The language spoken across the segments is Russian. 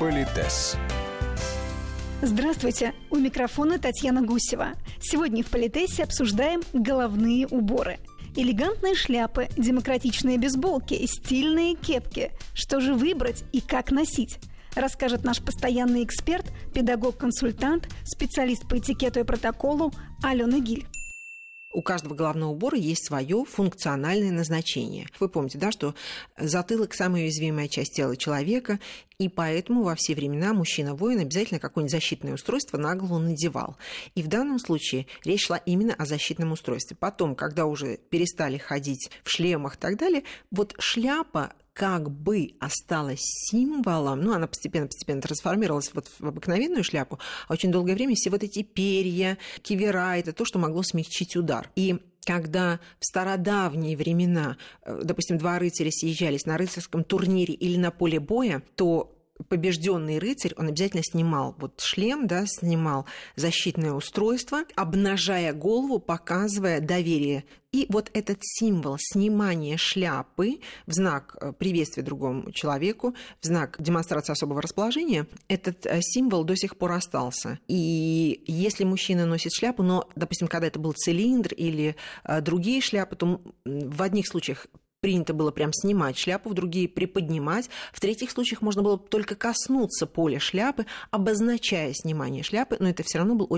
Политес. Здравствуйте, у микрофона Татьяна Гусева. Сегодня в Политесе обсуждаем головные уборы. Элегантные шляпы, демократичные бейсболки, стильные кепки. Что же выбрать и как носить? Расскажет наш постоянный эксперт, педагог-консультант, специалист по этикету и протоколу Алена Гиль. У каждого головного убора есть свое функциональное назначение. Вы помните, да, что затылок – самая уязвимая часть тела человека, и поэтому во все времена мужчина-воин обязательно какое-нибудь защитное устройство на голову надевал. И в данном случае речь шла именно о защитном устройстве. Потом, когда уже перестали ходить в шлемах и так далее, вот шляпа как бы осталась символом, она постепенно трансформировалась вот в обыкновенную шляпу, а очень долгое время все вот эти перья, кивера – это то, что могло смягчить удар. И когда в стародавние времена, допустим, два рыцаря съезжались на рыцарском турнире или на поле боя, то побежденный рыцарь, он обязательно снимал вот шлем, да, снимал защитное устройство, обнажая голову, показывая доверие. И вот этот символ снимания шляпы в знак приветствия другому человеку, в знак демонстрации особого расположения, этот символ до сих пор остался. И если мужчина носит шляпу, но, допустим, когда это был цилиндр или другие шляпы, то в одних случаях принято было прям снимать шляпу, в другие приподнимать. В третьих случаях можно было только коснуться поля шляпы, обозначая снимание шляпы, но это все равно было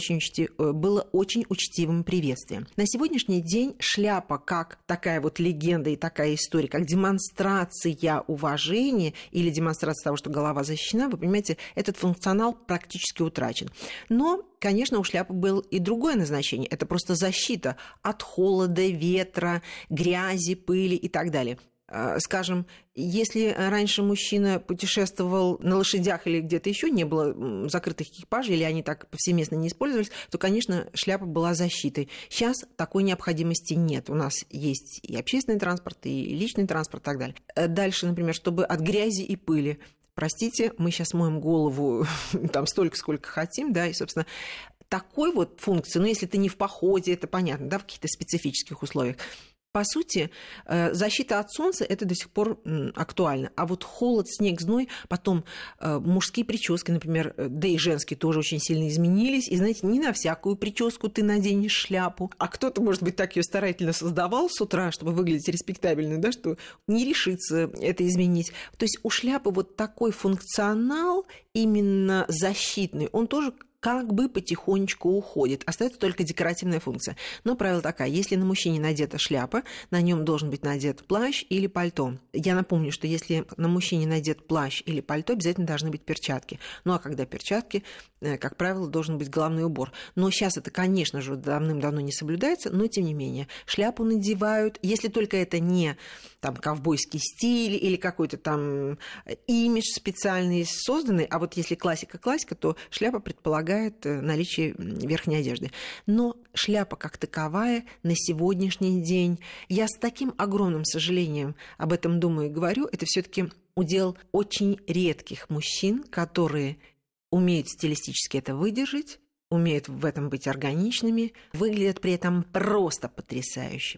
очень учтивым приветствием. На сегодняшний день шляпа как такая вот легенда и такая история, как демонстрация уважения или демонстрация того, что голова защищена, вы понимаете, этот функционал практически утрачен. Но, конечно, у шляпы было и другое назначение. Это просто защита от холода, ветра, грязи, пыли и так далее. Скажем, если раньше мужчина путешествовал на лошадях или где-то еще не было закрытых экипажей, или они так повсеместно не использовались, то, конечно, шляпа была защитой. Сейчас такой необходимости нет. У нас есть и общественный транспорт, и личный транспорт и так далее. Дальше, например, чтобы от грязи и пыли. Простите, мы сейчас моем голову там столько, сколько хотим, да, и, собственно, такой вот функции, если ты не в походе, это понятно, да, в каких-то специфических условиях. По сути, защита от солнца – это до сих пор актуально. А вот холод, снег, зной, потом мужские прически, например, да и женские тоже очень сильно изменились. И, знаете, не на всякую прическу ты наденешь шляпу. А кто-то, может быть, так ее старательно создавал с утра, чтобы выглядеть респектабельно, да, что не решится это изменить. То есть у шляпы вот такой функционал именно защитный, он тоже как бы потихонечку уходит. Остается только декоративная функция. Но правило такое: если на мужчине надета шляпа, на нем должен быть надет плащ или пальто. Я напомню, что если на мужчине надет плащ или пальто, обязательно должны быть перчатки. А когда перчатки, как правило, должен быть головной убор. Но сейчас это, конечно же, давным-давно не соблюдается, но тем не менее. Шляпу надевают, если только это не там ковбойский стиль или какой-то там имидж специальный созданный, а вот если классика, то шляпа предполагает наличие верхней одежды. Но шляпа как таковая на сегодняшний день, я с таким огромным сожалением об этом думаю и говорю, это все-таки удел очень редких мужчин, которые умеют стилистически это выдержать, умеют в этом быть органичными, выглядят при этом просто потрясающе.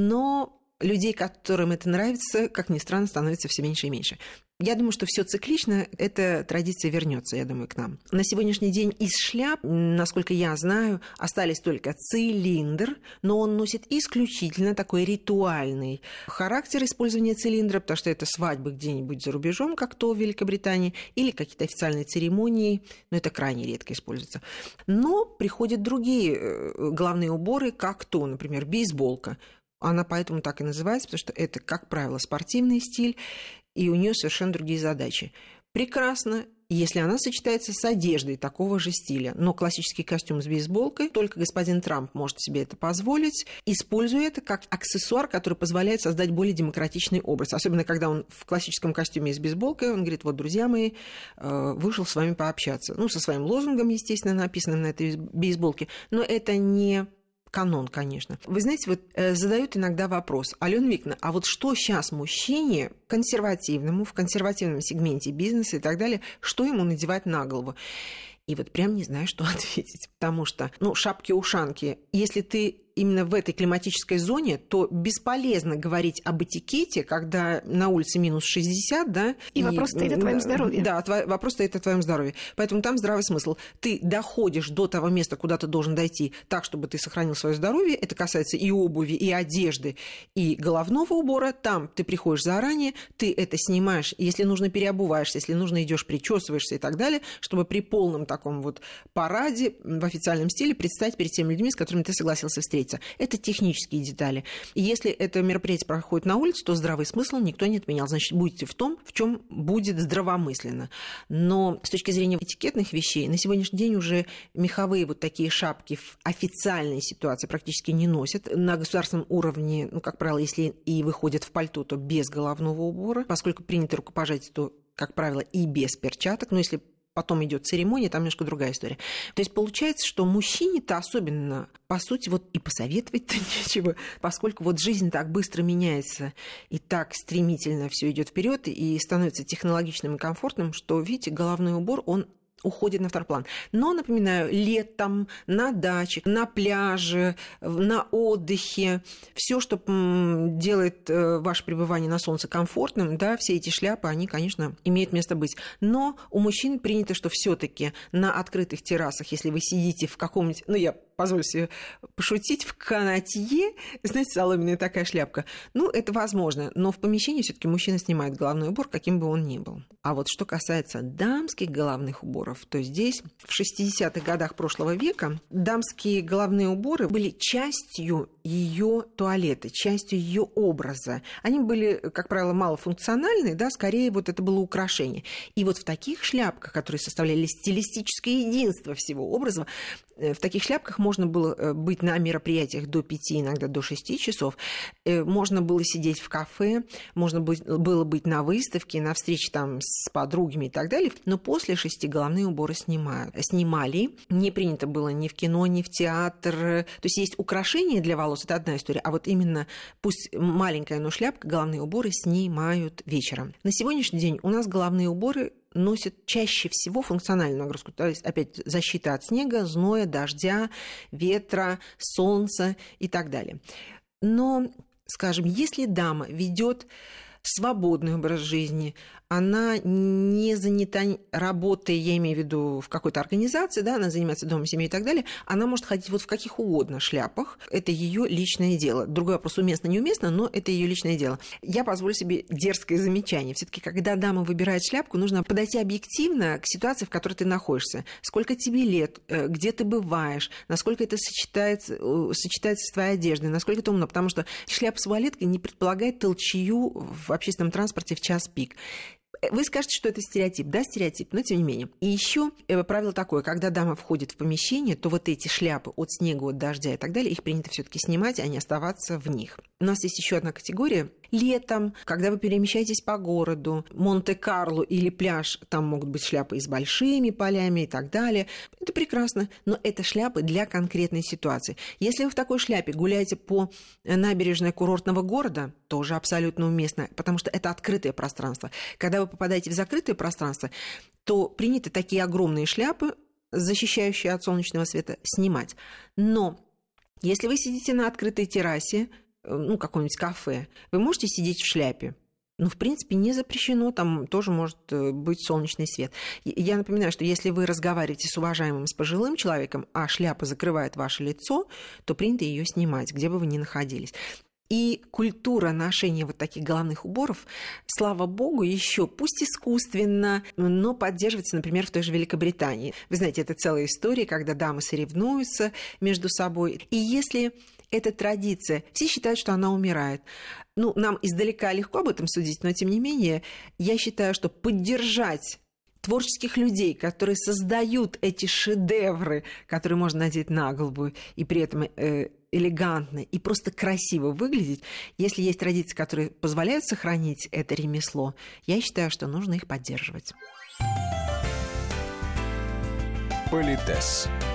Но людей, которым это нравится, как ни странно, становится все меньше и меньше. Я думаю, что все циклично, эта традиция вернется, я думаю, к нам. На сегодняшний день из шляп, насколько я знаю, остались только цилиндр, но он носит исключительно такой ритуальный характер использования цилиндра, потому что это свадьбы где-нибудь за рубежом, как то в Великобритании, или какие-то официальные церемонии, но это крайне редко используется. Но приходят другие головные уборы, как то, например, бейсболка. Она поэтому так и называется, потому что это, как правило, спортивный стиль, и у нее совершенно другие задачи. Прекрасно, если она сочетается с одеждой такого же стиля. Но классический костюм с бейсболкой, только господин Трамп может себе это позволить, используя это как аксессуар, который позволяет создать более демократичный образ. Особенно, когда он в классическом костюме с бейсболкой, он говорит: вот, друзья мои, вышел с вами пообщаться. Со своим лозунгом, естественно, написанным на этой бейсболке. Но это не канон, конечно. Вы знаете, задают иногда вопрос: Алена Викторовна, а вот что сейчас мужчине консервативному, в консервативном сегменте бизнеса и так далее, что ему надевать на голову? И прям не знаю, что ответить, потому что, шапки-ушанки, если ты именно в этой климатической зоне, то бесполезно говорить об этикете, когда на улице минус 60, да. И вопрос стоит о твоем здоровье. Да, вопрос стоит о твоем здоровье. Поэтому там здравый смысл. Ты доходишь до того места, куда ты должен дойти, так, чтобы ты сохранил свое здоровье. Это касается и обуви, и одежды, и головного убора. Там ты приходишь заранее, ты это снимаешь, если нужно, переобуваешься, если нужно, идешь, причесываешься и так далее, чтобы при полном таком вот параде в официальном стиле предстать перед теми людьми, с которыми ты согласился встретиться. Это технические детали. И если это мероприятие проходит на улице, то здравый смысл никто не отменял. Значит, будете в том, в чем будет здравомысленно. Но с точки зрения этикетных вещей, на сегодняшний день уже меховые вот такие шапки в официальной ситуации практически не носят. На государственном уровне, как правило, если и выходят в пальто, то без головного убора. Поскольку принято рукопожатие, то, как правило, и без перчаток. Но если потом идет церемония, там немножко другая история. То есть получается, что мужчине-то особенно, по сути, вот и посоветовать-то нечего, поскольку вот жизнь так быстро меняется и так стремительно все идет вперед и становится технологичным и комфортным, что, видите, головной убор, он уходит на второй план. Но, напоминаю, летом, на даче, на пляже, на отдыхе, все, что делает ваше пребывание на солнце комфортным, да, все эти шляпы, они, конечно, имеют место быть. Но у мужчин принято, что все-таки на открытых террасах, если вы сидите в каком-нибудь, я позволю себе пошутить, в канатье, знаете, соломенная такая шляпка, это возможно, но в помещении все-таки мужчина снимает головной убор, каким бы он ни был. А вот что касается дамских головных уборов, то здесь в 60-х годах прошлого века дамские головные уборы были частью ее туалета, частью ее образа. Они были, как правило, малофункциональные, да, скорее вот это было украшение. И вот в таких шляпках, которые составляли стилистическое единство всего образа, в таких шляпках можно было быть на мероприятиях до 5, иногда до 6 часов. Можно было сидеть в кафе, можно было быть на выставке, на встрече там с подругами и так далее. Но после 6 головные уборы снимали. Не принято было ни в кино, ни в театр. То есть есть украшения для волос, это одна история. А вот именно, пусть маленькая, но шляпка, головные уборы снимают вечером. На сегодняшний день у нас головные уборы носят чаще всего функциональную нагрузку. То есть, опять, защита от снега, зноя, дождя, ветра, солнца и так далее. Но, скажем, если дама ведет свободный образ жизни, она не занята работой, я имею в виду в какой-то организации, да, она занимается домом, семьей и так далее, она может ходить вот в каких угодно шляпах, это ее личное дело. Другой вопрос, уместно, неуместно, но это ее личное дело. Я позволю себе дерзкое замечание. Все-таки, когда дама выбирает шляпку, нужно подойти объективно к ситуации, в которой ты находишься. Сколько тебе лет, где ты бываешь, насколько это сочетается с твоей одеждой, насколько это умно, потому что шляпа с вуалеткой не предполагает толчью в общественном транспорте в час пик. Вы скажете, что это стереотип. Да, стереотип, но тем не менее. И еще правило такое, когда дама входит в помещение, то вот эти шляпы от снега, от дождя и так далее, их принято все-таки снимать, а не оставаться в них. У нас есть еще одна категория. Летом, когда вы перемещаетесь по городу, Монте-Карло или пляж, там могут быть шляпы и с большими полями и так далее. Это прекрасно, но это шляпы для конкретной ситуации. Если вы в такой шляпе гуляете по набережной курортного города, тоже абсолютно уместно, потому что это открытое пространство. Когда вы попадаете в закрытое пространство, то принято такие огромные шляпы, защищающие от солнечного света, снимать. Но если вы сидите на открытой террасе, какое-нибудь кафе, вы можете сидеть в шляпе. В принципе, не запрещено, там тоже может быть солнечный свет. Я напоминаю, что если вы разговариваете с уважаемым, с пожилым человеком, а шляпа закрывает ваше лицо, то принято ее снимать, где бы вы ни находились. И культура ношения вот таких головных уборов, слава богу, еще пусть искусственно, но поддерживается, например, в той же Великобритании. Вы знаете, это целая история, когда дамы соревнуются между собой. И если эта традиция, все считают, что она умирает. Нам издалека легко об этом судить, но тем не менее, я считаю, что поддержать творческих людей, которые создают эти шедевры, которые можно надеть на голову и при этом элегантно и просто красиво выглядеть, если есть традиции, которые позволяют сохранить это ремесло, я считаю, что нужно их поддерживать. Политес.